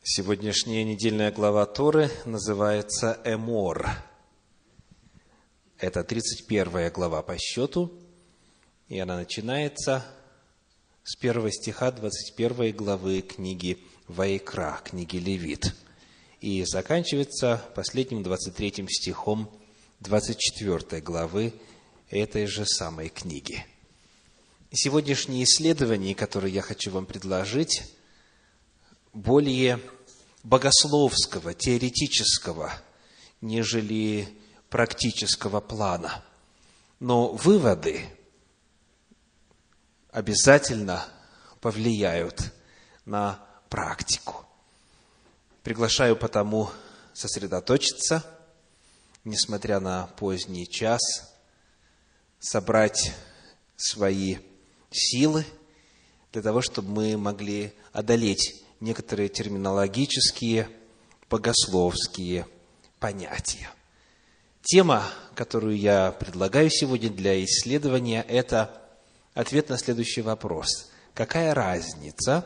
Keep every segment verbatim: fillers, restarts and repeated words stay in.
Сегодняшняя недельная глава Торы называется Эмор. Это тридцать первая глава по счету, и она начинается с первого стиха двадцать первой главы книги Ваикра, книги Левит, и заканчивается последним двадцать третьим стихом двадцать четвёртой главы этой же самой книги. Сегодняшнее исследование, которое я хочу вам предложить, более богословского, теоретического, нежели практического плана. Но выводы обязательно повлияют на практику. Приглашаю потому сосредоточиться, несмотря на поздний час, собрать свои силы для того, чтобы мы могли одолеть некоторые терминологические, богословские понятия. Тема, которую я предлагаю сегодня для исследования, это ответ на следующий вопрос. Какая разница,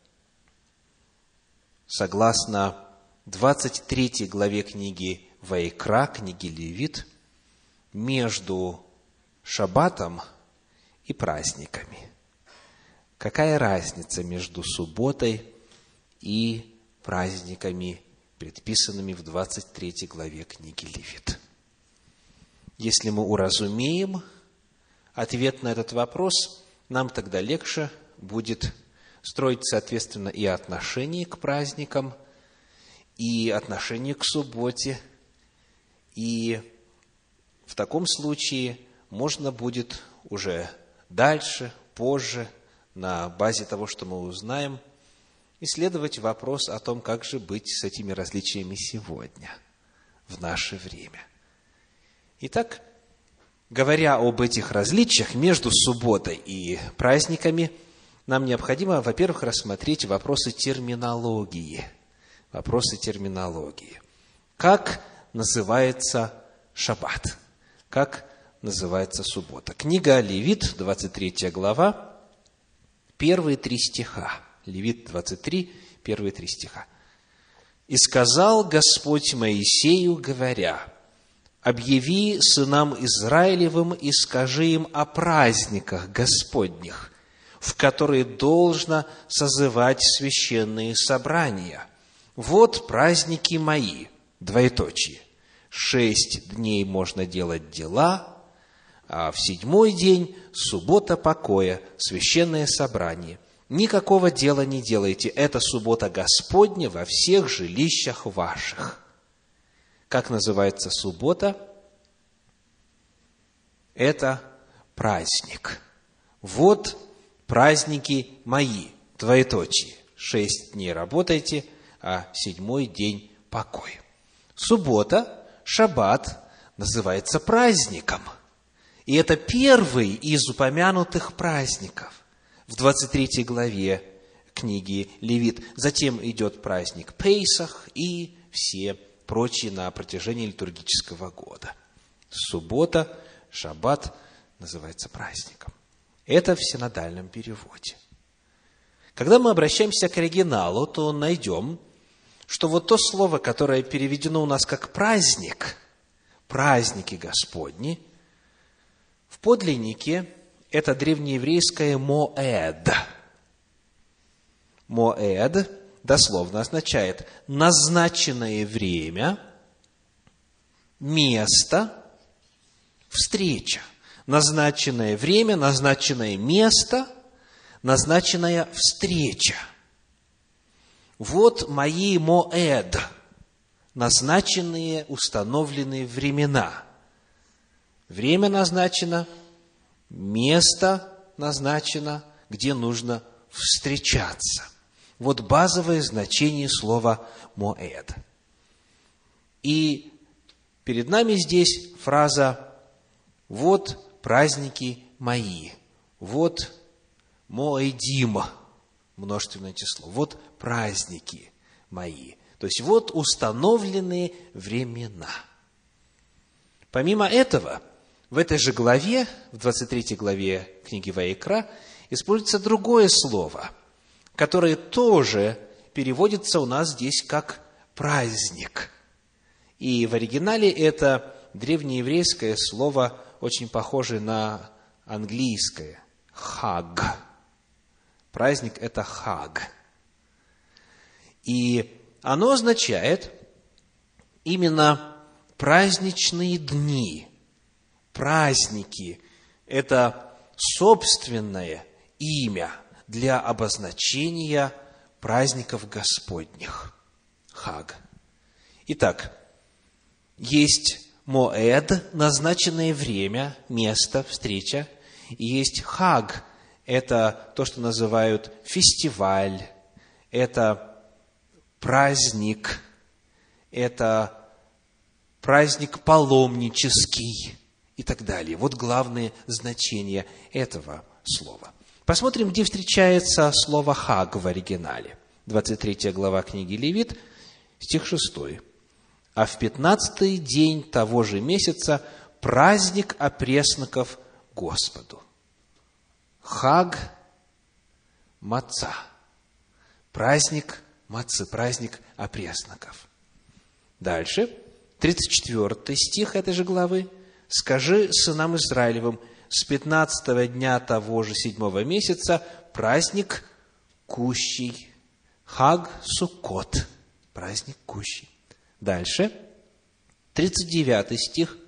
согласно двадцать третьей главе книги Ваикра, книги Левит, между шаббатом и праздниками? Какая разница между субботой и праздниками, предписанными в двадцать третьей главе книги Левит? Если мы уразумеем ответ на этот вопрос, нам тогда легче будет строить, соответственно, и отношение к праздникам, и отношение к субботе, и в таком случае можно будет уже дальше, позже, на базе того, что мы узнаем, исследовать вопрос о том, как же быть с этими различиями сегодня, в наше время. Итак, говоря об этих различиях между субботой и праздниками, нам необходимо, во-первых, рассмотреть вопросы терминологии. Вопросы терминологии. Как называется шаббат? Как называется суббота? Книга Левит, двадцать третья глава, первые три стиха. Левит двадцать три, первые три стиха. «И сказал Господь Моисею, говоря: объяви сынам Израилевым и скажи им о праздниках Господних, в которые должно созывать священные собрания. Вот праздники мои, двоеточие. Шесть дней можно делать дела, а в седьмой день суббота покоя, священное собрание. Никакого дела не делайте, это суббота Господня во всех жилищах ваших». Как называется суббота? Это праздник. Вот праздники мои, двоеточие. Шесть дней работайте, а седьмой день покой. Суббота, шаббат, называется праздником. И это первый из упомянутых праздников в двадцать третьей главе книги Левит. Затем идет праздник Пейсах и все прочие на протяжении литургического года. Суббота, шаббат называется праздником. Это в синодальном переводе. Когда мы обращаемся к оригиналу, то найдем, что вот то слово, которое переведено у нас как праздник, праздники Господни, в подлиннике это древнееврейское «моэд». «Моэд» дословно означает назначенное время, место, встреча. Назначенное время, назначенное место, назначенная встреча. Вот мои «моэд», назначенные, установленные времена. Время назначено, место назначено, где нужно встречаться. Вот базовое значение слова «моэд». И перед нами здесь фраза «вот праздники мои», вот «моэдим», множественное число, вот праздники мои. То есть вот установленные времена. Помимо этого, в этой же главе, в двадцать третьей главе книги Ваикра, используется другое слово, которое тоже переводится у нас здесь как праздник. И в оригинале это древнееврейское слово, очень похожее на английское – хаг. Праздник – это хаг. И оно означает именно праздничные дни, праздники. Это собственное имя для обозначения праздников Господних. Хаг. Итак, есть моэд, назначенное время, место, встреча. И есть хаг, это то, что называют фестиваль, это праздник, это праздник паломнический и так далее. Вот главные значения этого слова. Посмотрим, где встречается слово хаг в оригинале. двадцать третья глава книги Левит, стих шестой. «А в пятнадцатый день того же месяца праздник опресноков Господу». Хаг маца. Праздник мацы, праздник опресноков. Дальше, тридцать четвёртый стих этой же главы. «Скажи сынам Израилевым, с пятнадцатого дня того же седьмого месяца праздник кущий». Хаг Суккот. Праздник кущий. Дальше, тридцать девятый стих.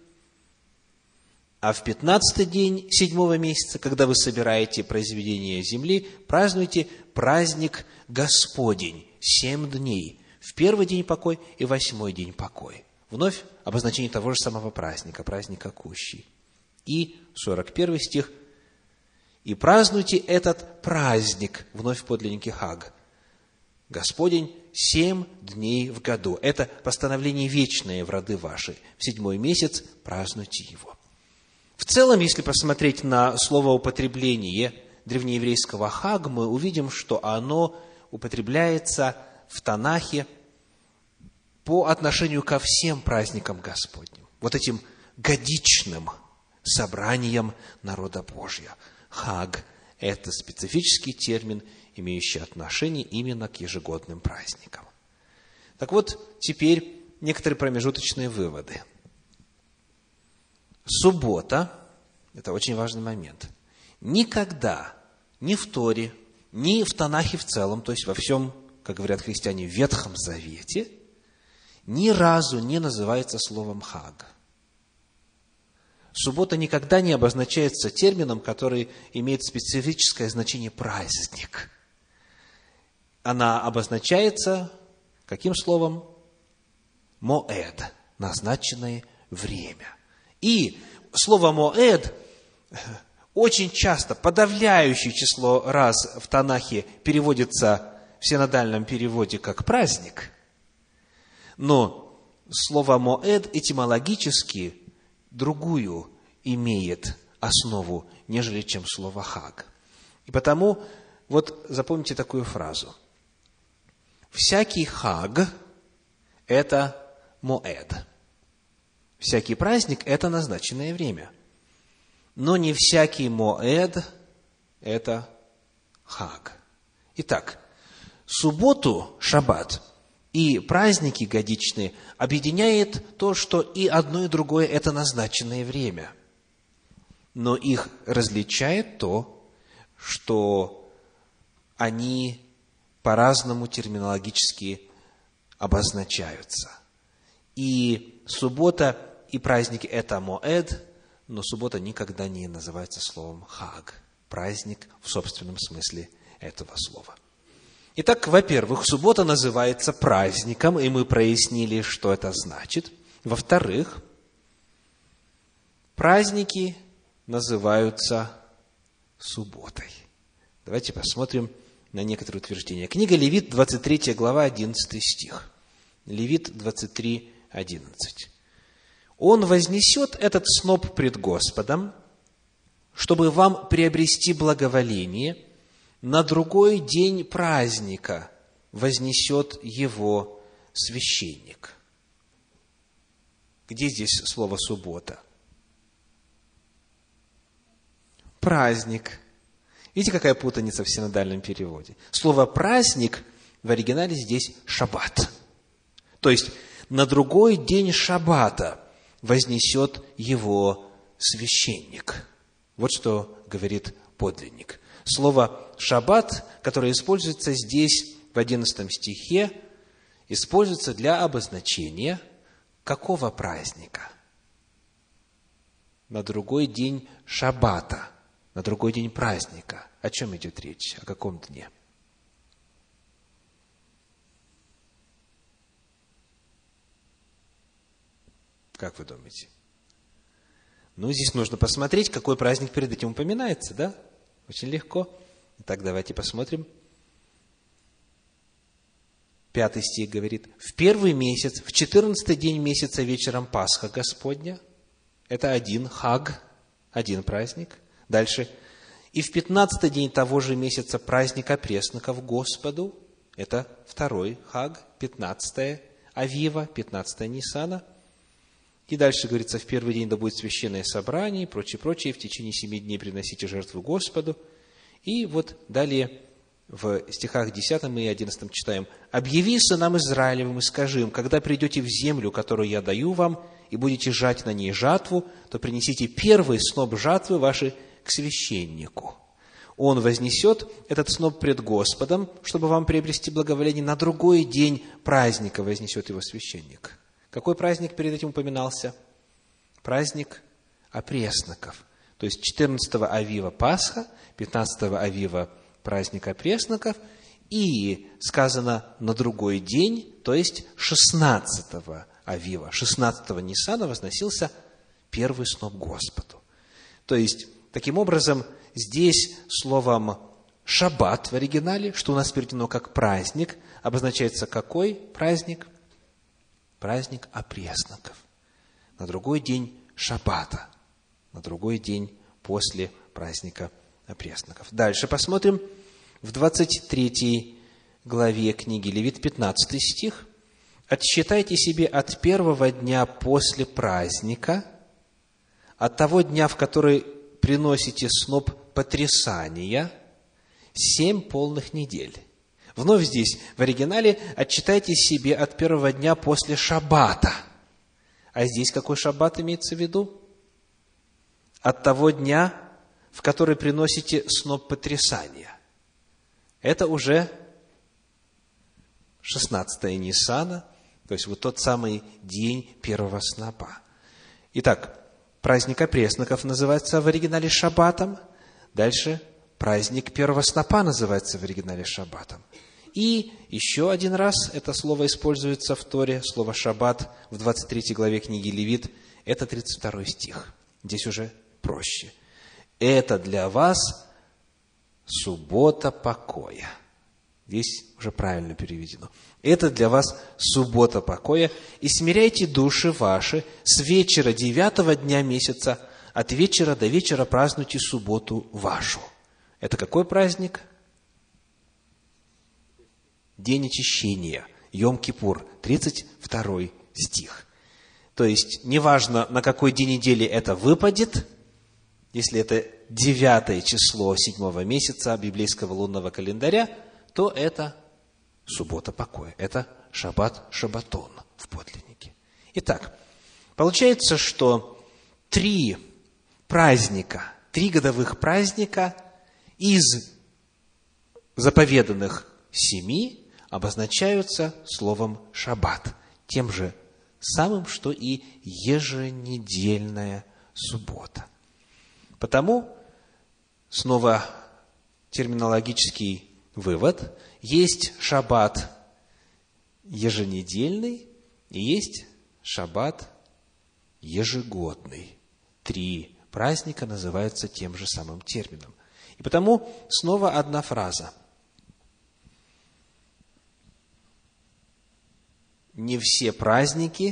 «А в пятнадцатый день седьмого месяца, когда вы собираете произведения земли, празднуйте праздник Господень, семь дней. В первый день покой и восьмой день покой». Вновь обозначение того же самого праздника, праздника кущий. И сорок первый стих. «И празднуйте этот праздник», вновь в подлиннике хаг, Господень, семь дней в году. Это постановление вечное в роды ваши. В седьмой месяц празднуйте его. В целом, если посмотреть на словоупотребление древнееврейского хаг, мы увидим, что оно употребляется в Танахе по отношению ко всем праздникам Господним. Вот этим годичным собраниям народа Божия. Хаг – это специфический термин, имеющий отношение именно к ежегодным праздникам. Так вот, теперь некоторые промежуточные выводы. Суббота – это очень важный момент. Никогда ни в Торе, ни в Танахе в целом, то есть во всем, как говорят христиане, в Ветхом Завете, ни разу не называется словом хаг. Суббота никогда не обозначается термином, который имеет специфическое значение праздник. Она обозначается каким словом? Моэд, назначенное время. И слово моэд очень часто, подавляющее число раз в Танахе переводится в синодальном переводе как праздник. Но слово моэд этимологически другую имеет основу, нежели чем слово хаг. И потому, вот запомните такую фразу. Всякий хаг – это моэд. Всякий праздник – это назначенное время. Но не всякий моэд – это хаг. Итак, субботу, шаббат, и праздники годичные объединяет то, что и одно, и другое – это назначенное время. Но их различает то, что они по-разному терминологически обозначаются. И суббота и праздники – это моэд, но суббота никогда не называется словом хаг, праздник в собственном смысле этого слова. Итак, во-первых, суббота называется праздником, и мы прояснили, что это значит. Во-вторых, праздники называются субботой. Давайте посмотрим на некоторые утверждения. Книга Левит, двадцать третья глава, одиннадцатый стих. Левит двадцать три, одиннадцать. «Он вознесет этот сноп пред Господом, чтобы вам приобрести благоволение, на другой день праздника вознесет его священник». Где здесь слово «суббота»? Праздник. Видите, какая путаница в синодальном переводе? Слово «праздник» в оригинале здесь шаббат. То есть, на другой день шаббата вознесет его священник. Вот что говорит подлинник. Слово «шаббат», которое используется здесь в одиннадцатом стихе, используется для обозначения какого праздника? На другой день шаббата, на другой день праздника. О чем идет речь? О каком дне? Как вы думаете? Ну, здесь нужно посмотреть, какой праздник перед этим упоминается, да? Очень легко. Итак, давайте посмотрим. Пятый стих говорит: «В первый месяц, в четырнадцатый день месяца вечером Пасха Господня». Это один хаг, один праздник. Дальше. «И в пятнадцатый день того же месяца праздник опресноков Господу». Это второй хаг, пятнадцатое Авива, пятнадцатое Нисана. И дальше говорится: «В первый день да будет священное собрание», и прочее, прочее, «в течение семи дней приносите жертву Господу». И вот далее в стихах десятом и одиннадцатом читаем: «Объяви сынам Израилевым и скажи им: когда придете в землю, которую я даю вам, и будете жать на ней жатву, то принесите первый сноп жатвы вашей к священнику. Он вознесет этот сноп пред Господом, чтобы вам приобрести благоволение. На другой день праздника вознесет его священник». Какой праздник перед этим упоминался? Праздник опресноков. То есть четырнадцатого Авива Пасха, пятнадцатого Авива праздник опресноков, и сказано на другой день, то есть шестнадцатого Авива, шестнадцатого Нисана возносился первый сноп Господу. То есть, таким образом, здесь словом «шаббат» в оригинале, что у нас переведено как «праздник», обозначается какой праздник? Праздник опресноков. На другой день шаббата, на другой день после праздника опресноков. Дальше посмотрим в двадцать третьей главе книги Левит, пятнадцатый стих. «Отсчитайте себе от первого дня после праздника, от того дня, в который приносите сноп потрясания, семь полных недель». Вновь здесь, в оригинале, «отчитайте себе от первого дня после шаббата». А здесь какой шаббат имеется в виду? От того дня, в который приносите сноп потрясания. Это уже шестнадцатое Нисана, то есть вот тот самый день первого снопа. Итак, праздник опресноков называется в оригинале шаббатом. Дальше праздник первого снопа называется в оригинале шаббатом. И еще один раз это слово используется в Торе, слово «шаббат» в двадцать третьей главе книги Левит. Это тридцать второй стих. Здесь уже проще. «Это для вас суббота покоя». Здесь уже правильно переведено. «Это для вас суббота покоя, и смиряйте души ваши с вечера девятого дня месяца, от вечера до вечера празднуйте субботу вашу». Это какой праздник? День очищения, Йом-Кипур, тридцать второй стих. То есть, неважно, на какой день недели это выпадет, если это девятое число седьмого месяца библейского лунного календаря, то это суббота покоя, это шаббат шаббатон в подлиннике. Итак, получается, что три праздника, три годовых праздника из заповеданных семи обозначаются словом «шаббат», тем же самым, что и еженедельная суббота. Потому, снова терминологический вывод, есть шаббат еженедельный и есть шаббат ежегодный. Три праздника называются тем же самым термином. И потому снова одна фраза. Не все праздники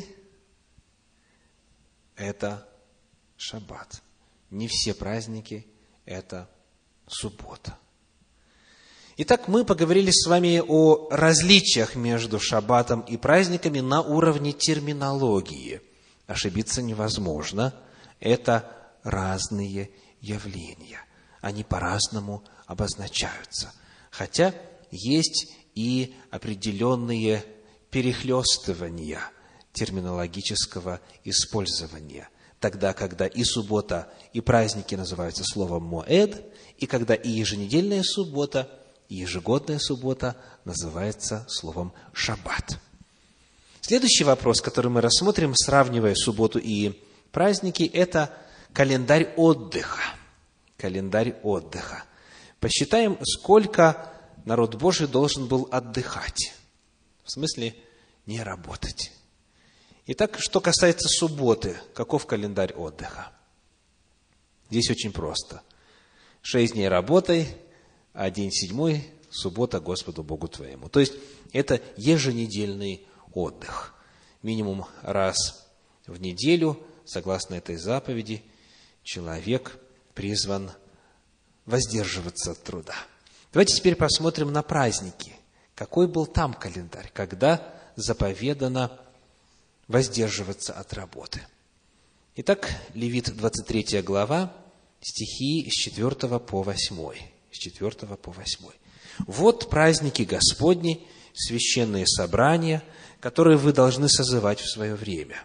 – это шаббат. Не все праздники – это суббота. Итак, мы поговорили с вами о различиях между шаббатом и праздниками на уровне терминологии. Ошибиться невозможно. Это разные явления. Они по-разному обозначаются. Хотя есть и определенные перехлестывания терминологического использования. Тогда, когда и суббота, и праздники называются словом «моэд», и когда и еженедельная суббота, и ежегодная суббота называется словом «шаббат». Следующий вопрос, который мы рассмотрим, сравнивая субботу и праздники, это календарь отдыха. Календарь отдыха. Посчитаем, сколько народ Божий должен был отдыхать. В смысле, не работать. Итак, что касается субботы, каков календарь отдыха? Здесь очень просто. Шесть дней работай, а день седьмой – суббота Господу Богу твоему. То есть, это еженедельный отдых. Минимум раз в неделю, согласно этой заповеди, человек призван воздерживаться от труда. Давайте теперь посмотрим на праздники. Какой был там календарь, когда заповедано воздерживаться от работы? Итак, Левит, двадцать третья глава, стихи с четвертого по восьмой. С четвертого по восьмой. «Вот праздники Господни, священные собрания, которые вы должны созывать в свое время.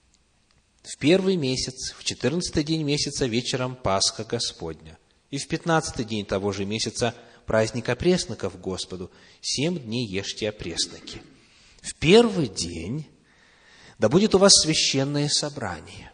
В первый месяц, в четырнадцатый день месяца вечером Пасха Господня, и в пятнадцатый день того же месяца праздник опресноков Господу. Семь дней ешьте опресноки. В первый день да будет у вас священное собрание.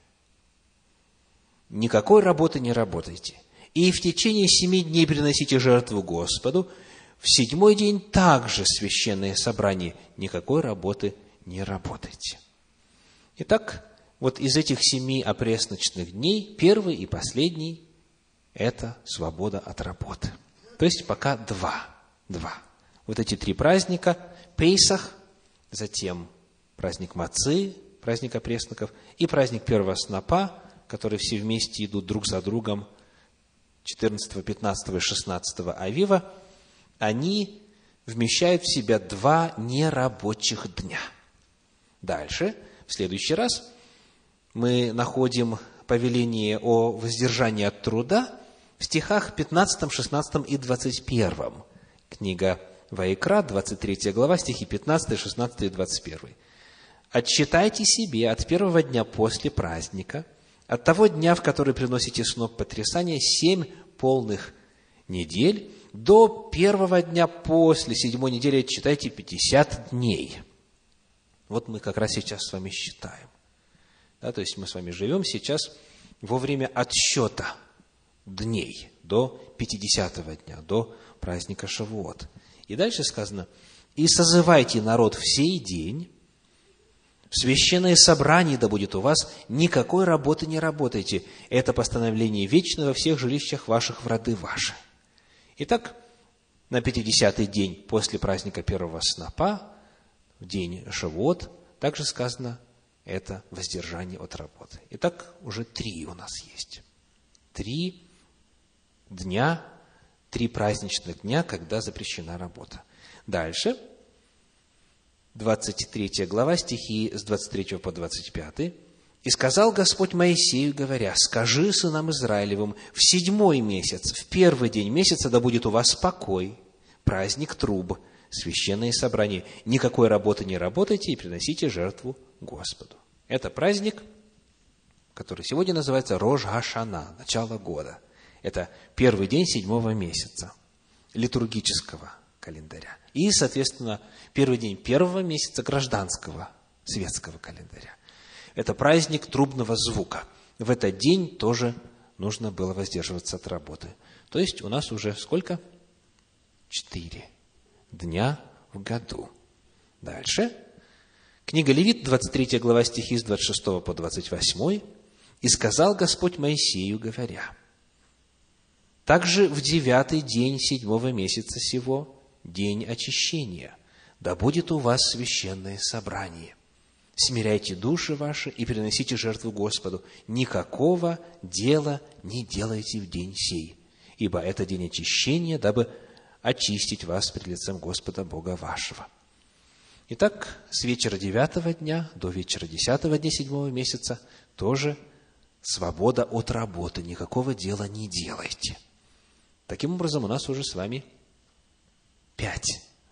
Никакой работы не работайте. И в течение семи дней приносите жертву Господу. В седьмой день также священное собрание. Никакой работы не работайте». Итак, вот из этих семи опресночных дней первый и последний – это свобода от работы. То есть пока два. Два. Вот эти три праздника – Пейсах, затем праздник Мацы, праздник опресноков, и праздник первого снопа, которые все вместе идут друг за другом четырнадцатого, пятнадцатого и шестнадцатого Авива, они вмещают в себя два нерабочих дня. Дальше, в следующий раз, мы находим повеление о воздержании от труда в стихах пятнадцатом, шестнадцатом и двадцать первом. Книга Ваикра, двадцать третья глава, стихи пятнадцатый, шестнадцатый и двадцать первый. «Отсчитайте себе от первого дня после праздника, от того дня, в который приносите сноп потрясания, семь полных недель, до первого дня после седьмой недели отсчитайте пятьдесят дней». Вот мы как раз сейчас с вами считаем. Да, то есть мы с вами живем сейчас во время отсчета дней до пятидесятого дня, до праздника Шавуот. И дальше сказано: «И созывайте народ в сей день, в священное собрание да будет у вас, никакой работы не работайте. Это постановление вечное во всех жилищах ваших в роды ваши». Итак, на пятидесятый день после праздника первого снопа, в день Шавуот, также сказано, это воздержание от работы. Итак, уже три у нас есть. Три дня, три праздничных дня, когда запрещена работа. Дальше, двадцать третья глава, стихи с двадцать третьего по двадцать пятый. «И сказал Господь Моисею, говоря: скажи сынам Израилевым, в седьмой месяц, в первый день месяца да будет у вас покой, праздник труб, священное собрание. Никакой работы не работайте и приносите жертву Господу». Это праздник, который сегодня называется Рош ха-Шана, начало года. Это первый день седьмого месяца литургического календаря. И, соответственно, первый день первого месяца гражданского светского календаря. Это праздник трубного звука. В этот день тоже нужно было воздерживаться от работы. То есть у нас уже сколько? Четыре дня в году. Дальше. Книга Левит, двадцать третья глава, стихи с двадцать шестого по двадцать восьмой. «И сказал Господь Моисею, говоря: также в девятый день седьмого месяца сего, день очищения, да будет у вас священное собрание. Смиряйте души ваши и приносите жертву Господу. Никакого дела не делайте в день сей, ибо это день очищения, дабы очистить вас пред лицем Господа Бога вашего». Итак, с вечера девятого дня до вечера десятого дня седьмого месяца тоже свобода от работы. Никакого дела не делайте. Таким образом, у нас уже с вами пять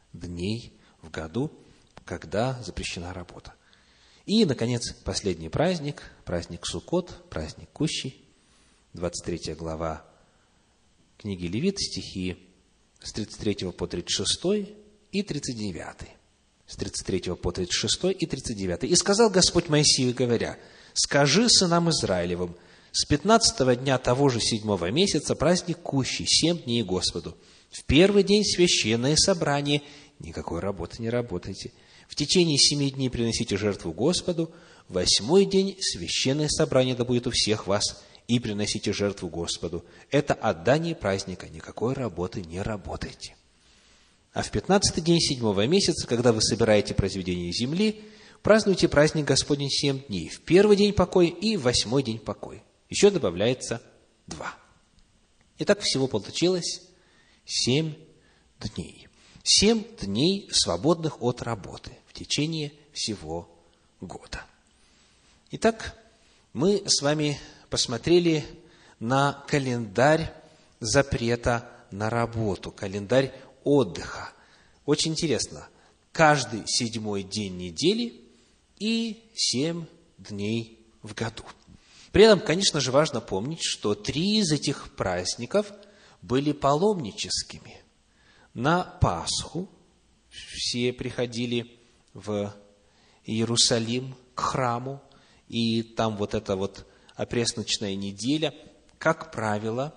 дней в году, когда запрещена работа. И, наконец, последний праздник, праздник Суккот, праздник Кущий, двадцать третья глава книги Левит, стихи с тридцать третьего по тридцать шестой и тридцать девятый. С тридцать третьего по тридцать шестой и тридцать девятый. «И сказал Господь Моисею, говоря: скажи сынам Израилевым, с пятнадцатого дня того же седьмого месяца праздник Кущий, семь дней Господу. В первый день священное собрание, никакой работы не работайте. В течение семи дней приносите жертву Господу, в восьмой день священное собрание да будет у всех вас, и приносите жертву Господу. Это отдание праздника, никакой работы не работайте. А в пятнадцатый день седьмого месяца, когда вы собираете произведение земли, празднуйте праздник Господень семь дней. В первый день покой и в восьмой день покой». Еще добавляется два. Итак, всего получилось семь дней. Семь дней, свободных от работы в течение всего года. Итак, мы с вами посмотрели на календарь запрета на работу, календарь отдыха. Очень интересно. Каждый седьмой день недели и семь дней в году. При этом, конечно же, важно помнить, что три из этих праздников были паломническими. На Пасху все приходили в Иерусалим к храму, и там вот эта вот опресночная неделя, как правило,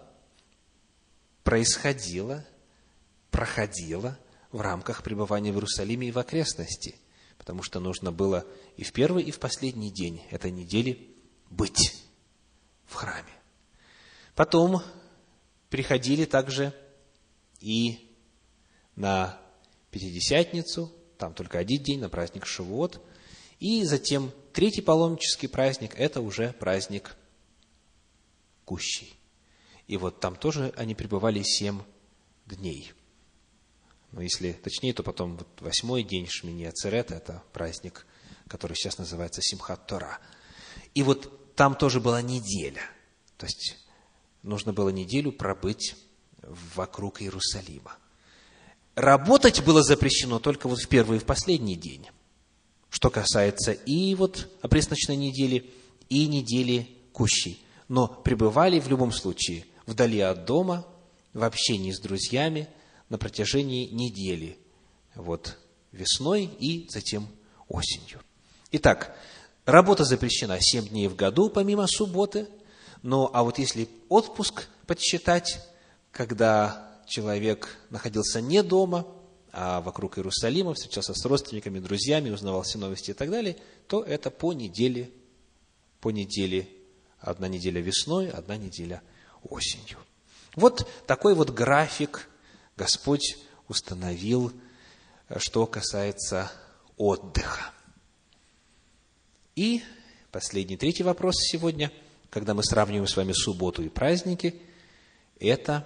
происходила, проходила в рамках пребывания в Иерусалиме и в окрестности, потому что нужно было и в первый, и в последний день этой недели быть в храме. Потом приходили также и на Пятидесятницу, там только один день, на праздник Шавуот, и затем третий паломнический праздник – это уже праздник Кущий. И вот там тоже они пребывали семь дней. Но если точнее, то потом вот восьмой день Шмини Ацерет – это праздник, который сейчас называется Симхат Тора. И вот там тоже была неделя. То есть нужно было неделю пробыть вокруг Иерусалима. Работать было запрещено только вот в первый и в последний день, что касается и вот опресночной недели, и недели Кущей. Но пребывали в любом случае вдали от дома, в общении с друзьями на протяжении недели, вот весной и затем осенью. Итак, работа запрещена семь дней в году, помимо субботы. Ну, а вот если отпуск подсчитать, когда человек находился не дома, а вокруг Иерусалима, встречался с родственниками, друзьями, узнавал все новости и так далее, то это по неделе, по неделе, одна неделя весной, одна неделя осенью. Вот такой вот график Господь установил, что касается отдыха. И последний, третий вопрос сегодня, когда мы сравниваем с вами субботу и праздники, это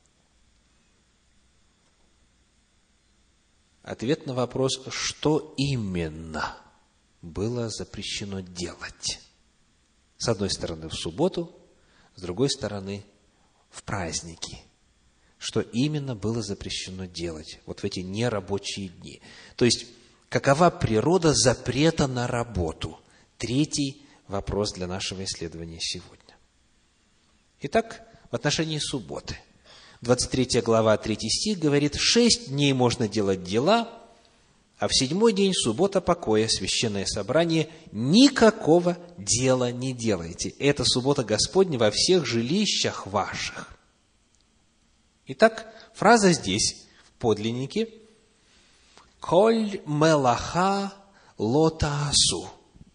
ответ на вопрос, что именно было запрещено делать. С одной стороны, в субботу, с другой стороны, в праздники. Что именно было запрещено делать вот в эти нерабочие дни. То есть, какова природа запрета на работу? Третий вопрос для нашего исследования сегодня. Итак, в отношении субботы. двадцать третья глава, третий стих говорит: «Шесть дней можно делать дела, а в седьмой день суббота покоя, священное собрание, никакого дела не делайте. Это суббота Господня во всех жилищах ваших». Итак, фраза здесь, в подлиннике, «Коль мелаха лотаасу».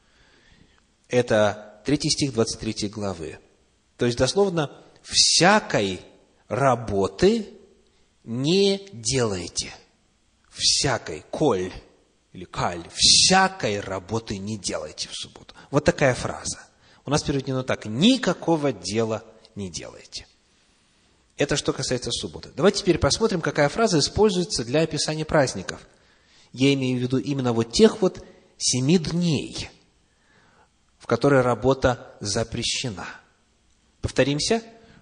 Это третий стих двадцать третьей главы. То есть, дословно, «всякой работы не делайте». Всякой, коль или каль, всякой работы не делайте в субботу. Вот такая фраза. У нас переведено так: никакого дела не делайте. Это что касается субботы. Давайте теперь посмотрим, какая фраза используется для описания праздников. Я имею в виду именно вот тех вот семи дней, в которые работа запрещена. Повторимся.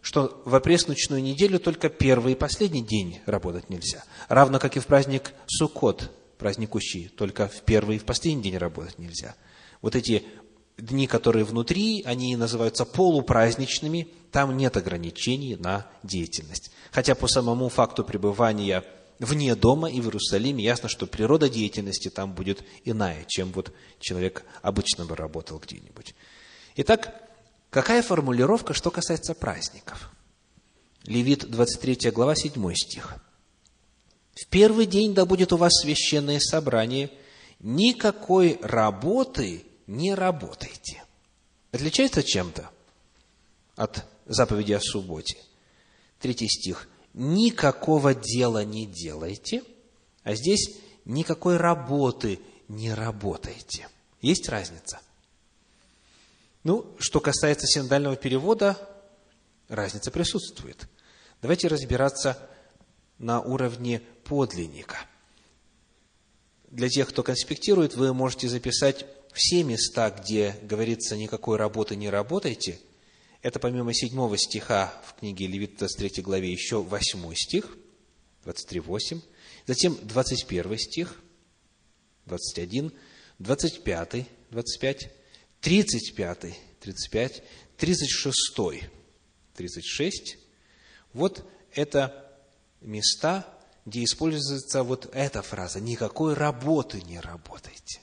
что в опресночную неделю только первый и последний день работать нельзя. Равно как и в праздник Суккот, праздник Кущи, только в первый и в последний день работать нельзя. Вот эти дни, которые внутри, они называются полупраздничными, там нет ограничений на деятельность. Хотя по самому факту пребывания вне дома и в Иерусалиме ясно, что природа деятельности там будет иная, чем вот человек обычно бы работал где-нибудь. Итак, какая формулировка, что касается праздников? Левит, двадцать третья глава, седьмой стих. «В первый день да будет у вас священное собрание, никакой работы не работайте». Отличается чем-то от заповеди о субботе? Третий стих. «Никакого дела не делайте», а здесь «никакой работы не работайте». Есть разница? Ну, что касается синодального перевода, разница присутствует. Давайте разбираться на уровне подлинника. Для тех, кто конспектирует, вы можете записать все места, где говорится «никакой работы не работайте». Это помимо седьмого стиха в книге Левит, двадцать третьей главе, еще восьмой стих, двадцать три восемь, затем двадцать первый стих, двадцать один, двадцать пятый, двадцать пять, тридцать пятый, тридцать пять, тридцать шестой, тридцать шесть. Вот это места, где используется вот эта фраза «никакой работы не работайте».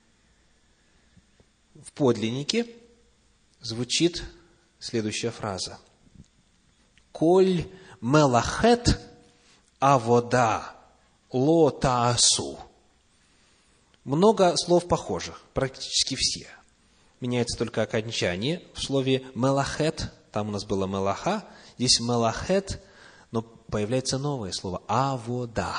В подлиннике звучит следующая фраза. «Коль мелахет авода ло таасу». Много слов похожих, практически все. Меняется только окончание. В слове мелахет, там у нас было мелаха, здесь мелахет, но появляется новое слово авода.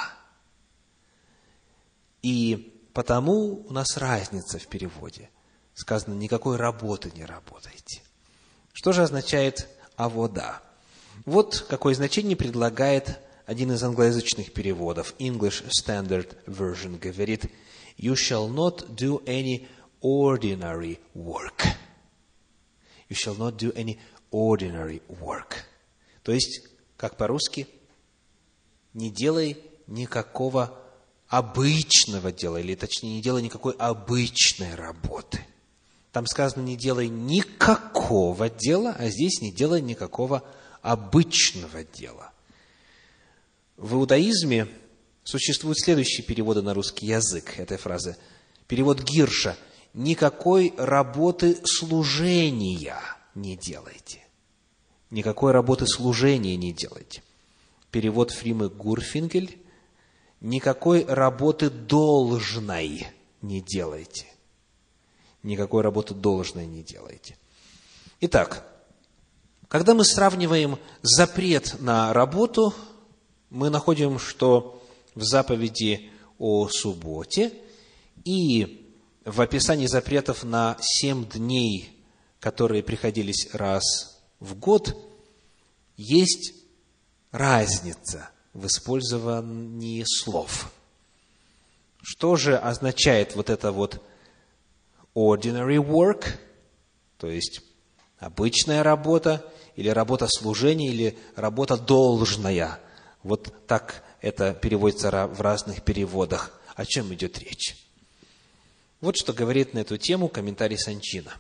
И потому у нас разница в переводе. Сказано, никакой работы не работайте. Что же означает авода? Вот какое значение предлагает один из англоязычных переводов. English Standard Version говорит: You shall not do any ordinary work. You shall not do any ordinary work. То есть, как по-русски, не делай никакого обычного дела, или точнее, не делай никакой обычной работы. Там сказано, не делай никакого дела, а здесь не делай никакого обычного дела. В иудаизме существуют следующие переводы на русский язык этой фразы. Перевод Гирша: «Никакой работы служения не делайте». Никакой работы служения не делайте. Перевод Фримы Гурфинкель: «Никакой работы должной не делайте». Никакой работы должной не делайте. Итак, когда мы сравниваем запрет на работу, мы находим, что в заповеди о субботе и в описании запретов на семь дней, которые приходились раз в год, есть разница в использовании слов. Что же означает вот это вот ordinary work, то есть обычная работа, или работа служения, или работа должная? Вот так это переводится в разных переводах. О чем идет речь? Вот что говорит на эту тему комментарий Санчина.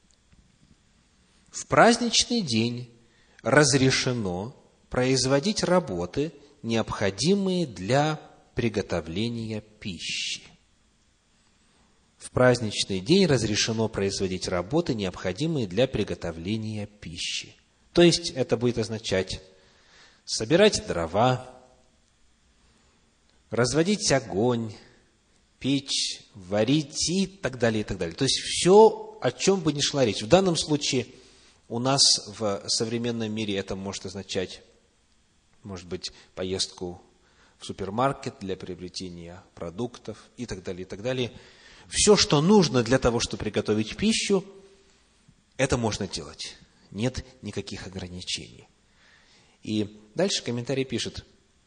В праздничный день разрешено производить работы, необходимые для приготовления пищи. В праздничный день разрешено производить работы, необходимые для приготовления пищи. То есть, это будет означать собирать дрова, разводить огонь, печь, варить и так далее, и так далее. То есть, все, о чем бы ни шла речь. В данном случае у нас в современном мире это может означать, может быть, поездку в супермаркет для приобретения продуктов и так далее, и так далее. Все, что нужно для того, чтобы приготовить пищу, это можно делать. Нет никаких ограничений. И дальше комментарий пишет: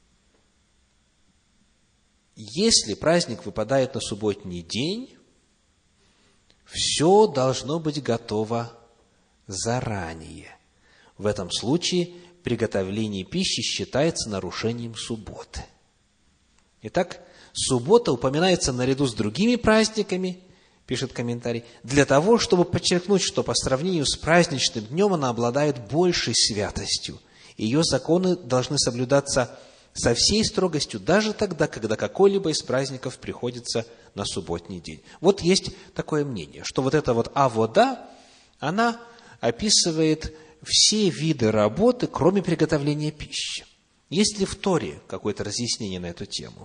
если праздник выпадает на субботний день, все должно быть готово заранее. В этом случае приготовление пищи считается нарушением субботы. Итак, суббота упоминается наряду с другими праздниками, пишет комментарий, для того, чтобы подчеркнуть, что по сравнению с праздничным днем она обладает большей святостью. Ее законы должны соблюдаться со всей строгостью, даже тогда, когда какой-либо из праздников приходится на субботний день. Вот есть такое мнение, что вот эта вот авода, она описывает все виды работы, кроме приготовления пищи. Есть ли в Торе какое-то разъяснение на эту тему?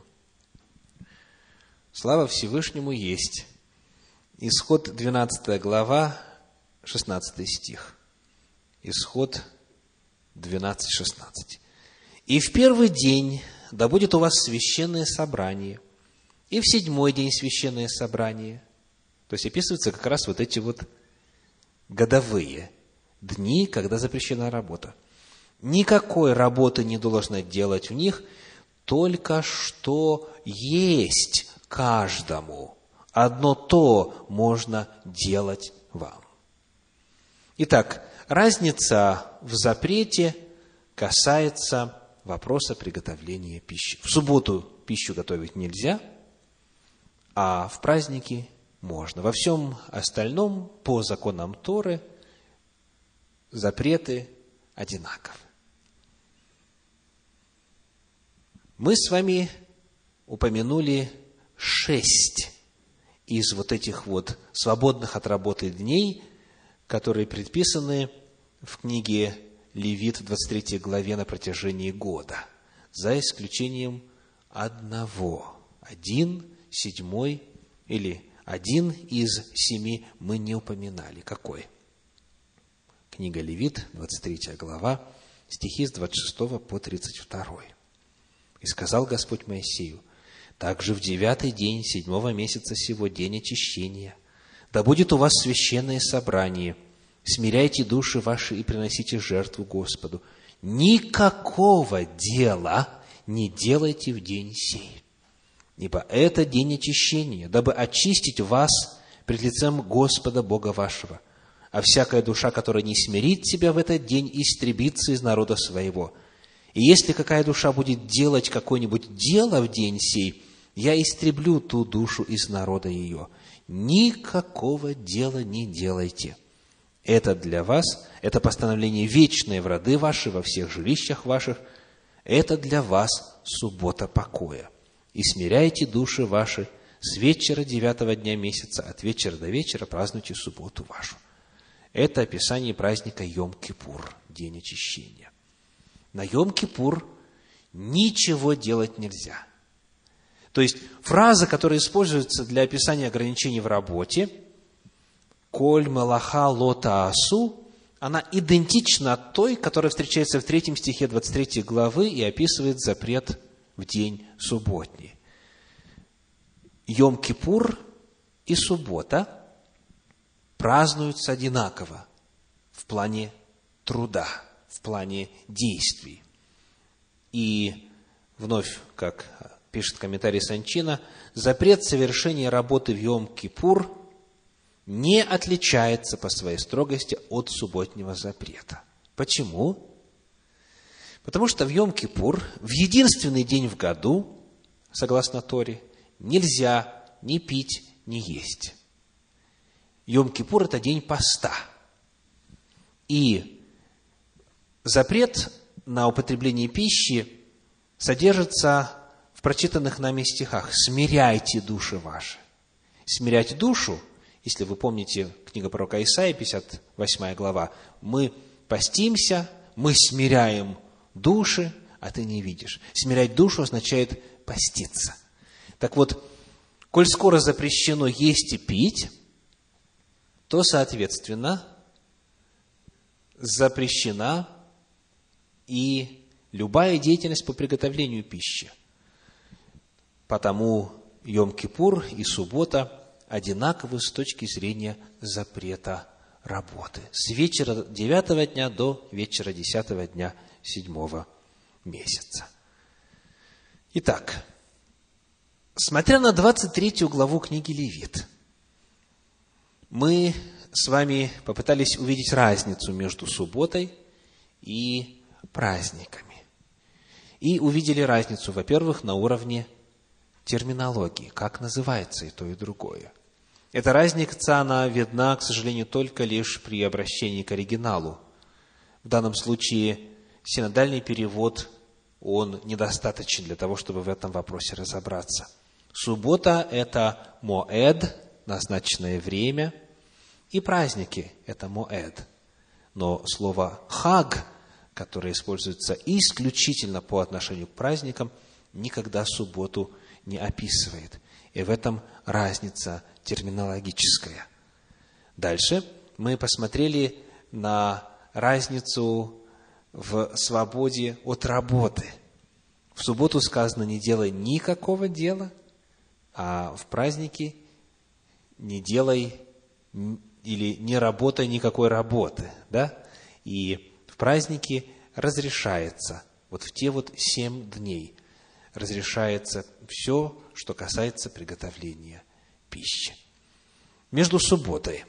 Слава Всевышнему, есть. Исход двенадцатая глава, шестнадцатый стих. Исход двенадцать шестнадцать. «И в первый день да будет у вас священное собрание, и в седьмой день священное собрание». То есть описываются как раз вот эти вот годовые дни, когда запрещена работа. «Никакой работы не должно делать в них, только что есть каждому. Одно то можно делать вам». Итак, разница в запрете касается вопроса приготовления пищи. В субботу пищу готовить нельзя, а в праздники можно. Во всем остальном, по законам Торы, запреты одинаковы. Мы с вами упомянули шесть из вот этих вот свободных от работы дней, которые предписаны в книге Левит в двадцать третьей главе на протяжении года, за исключением одного. Один, седьмой или один из семи мы не упоминали. Какой? Книга Левит, двадцать третья глава, стихи с двадцать шестого по тридцать второй. «И сказал Господь Моисею: также в девятый день седьмого месяца сего, день очищения, да будет у вас священное собрание. Смиряйте души ваши и приносите жертву Господу. Никакого дела не делайте в день сей, ибо это день очищения, дабы очистить вас пред лицем Господа Бога вашего. А всякая душа, которая не смирит себя в этот день, истребится из народа своего. И если какая душа будет делать какое-нибудь дело в день сей, я истреблю ту душу из народа ее. Никакого дела не делайте. Это для вас, это постановление вечное в роды ваши, во всех жилищах ваших, это для вас суббота покоя. И смиряйте души ваши с вечера девятого дня месяца, от вечера до вечера празднуйте субботу вашу». Это описание праздника Йом-Кипур, день очищения. На Йом-Кипур ничего делать нельзя. То есть фраза, которая используется для описания ограничений в работе, «Коль мелаха лота асу», она идентична той, которая встречается в третьем стихе двадцать третьей главы и описывает запрет в день субботний. Йом-Кипур и суббота празднуются одинаково в плане труда, в плане действий. И вновь, как пишет комментарий Санчина, запрет совершения работы в Йом-Кипур не отличается по своей строгости от субботнего запрета. Почему? Потому что в Йом-Кипур, в единственный день в году, согласно Торе, нельзя ни пить, ни есть. Йом-Кипур – это день поста. И запрет на употребление пищи содержится в прочитанных нами стихах. «Смиряйте души ваши». Смирять душу, если вы помните, книга пророка Исаии, пятьдесят восьмая глава, мы постимся, мы смиряем души, а ты не видишь. Смирять душу означает поститься. Так вот, коль скоро запрещено есть и пить, то, соответственно, запрещена и любая деятельность по приготовлению пищи. Потому Йом-Кипур и суббота одинаковы с точки зрения запрета работы. С вечера девятого дня до вечера десятого дня седьмого месяца. Итак, смотря на двадцать третью главу книги Левит, мы с вами попытались увидеть разницу между субботой и праздниками. И увидели разницу, во-первых, на уровне терминологии, как называется и то, и другое. Эта разница, она видна, к сожалению, только лишь при обращении к оригиналу. В данном случае синодальный перевод, он недостаточен для того, чтобы в этом вопросе разобраться. Суббота – это моэд, назначенное время, и праздники – это моэд. Но слово хаг, которое используется исключительно по отношению к праздникам, никогда субботу не описывает. И в этом разница терминологическая. Дальше мы посмотрели на разницу в свободе от работы. В субботу сказано: не делай никакого дела, а в праздники не делай или не работай никакой работы. Да? И в праздники разрешается, вот в те вот семь дней, разрешается все, что касается приготовления пищи. Между субботой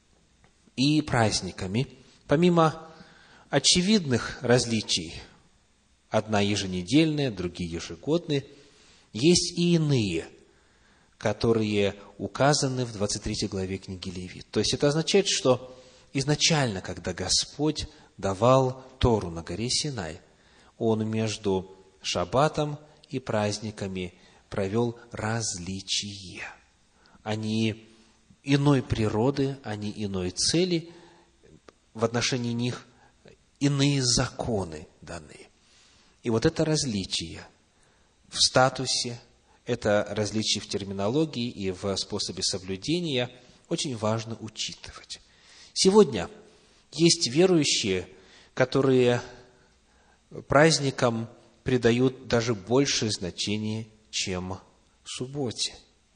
и праздниками, помимо очевидных различий, одна еженедельная, другие ежегодные, есть и иные, которые указаны в двадцать третьей главе книги Левит. То есть это означает, что изначально, когда Господь давал Тору на горе Синай, Он между шаббатом и праздниками провел различия. Они иной природы, они иной цели, в отношении них иные законы даны. И вот это различие в статусе, это различие в терминологии и в способе соблюдения очень важно учитывать. Сегодня есть верующие, которые праздникам придают даже большее значение, чем субботе.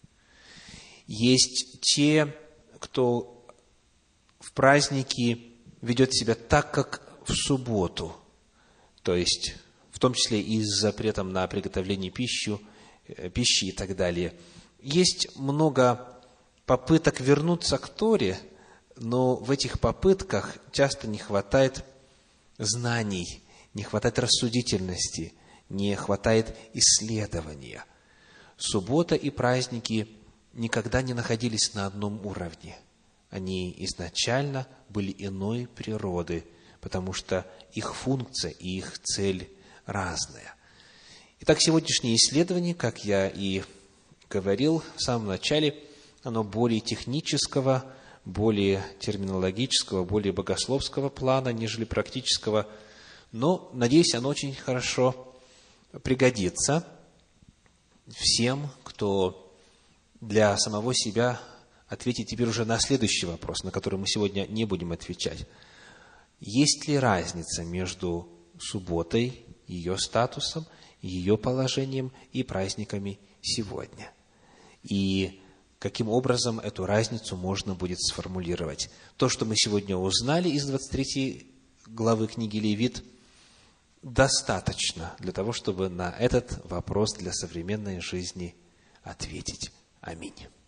Есть те, кто в праздники ведет себя так, как в субботу, то есть в том числе и с запретом на приготовление пищи, пищи и так далее. Есть много попыток вернуться к Торе, но в этих попытках часто не хватает знаний, не хватает рассудительности, не хватает исследования. Суббота и праздники никогда не находились на одном уровне. Они изначально были иной природы, потому что их функция и их цель разная. Итак, сегодняшнее исследование, как я и говорил в самом начале, оно более технического, более терминологического, более богословского плана, нежели практического, но, надеюсь, оно очень хорошо пригодится всем, кто для самого себя ответит теперь уже на следующий вопрос, на который мы сегодня не будем отвечать. Есть ли разница между субботой, ее статусом, ее положением и праздниками сегодня? И каким образом эту разницу можно будет сформулировать? То, что мы сегодня узнали из двадцать третьей главы книги Левит, достаточно для того, чтобы на этот вопрос для современной жизни ответить. Аминь.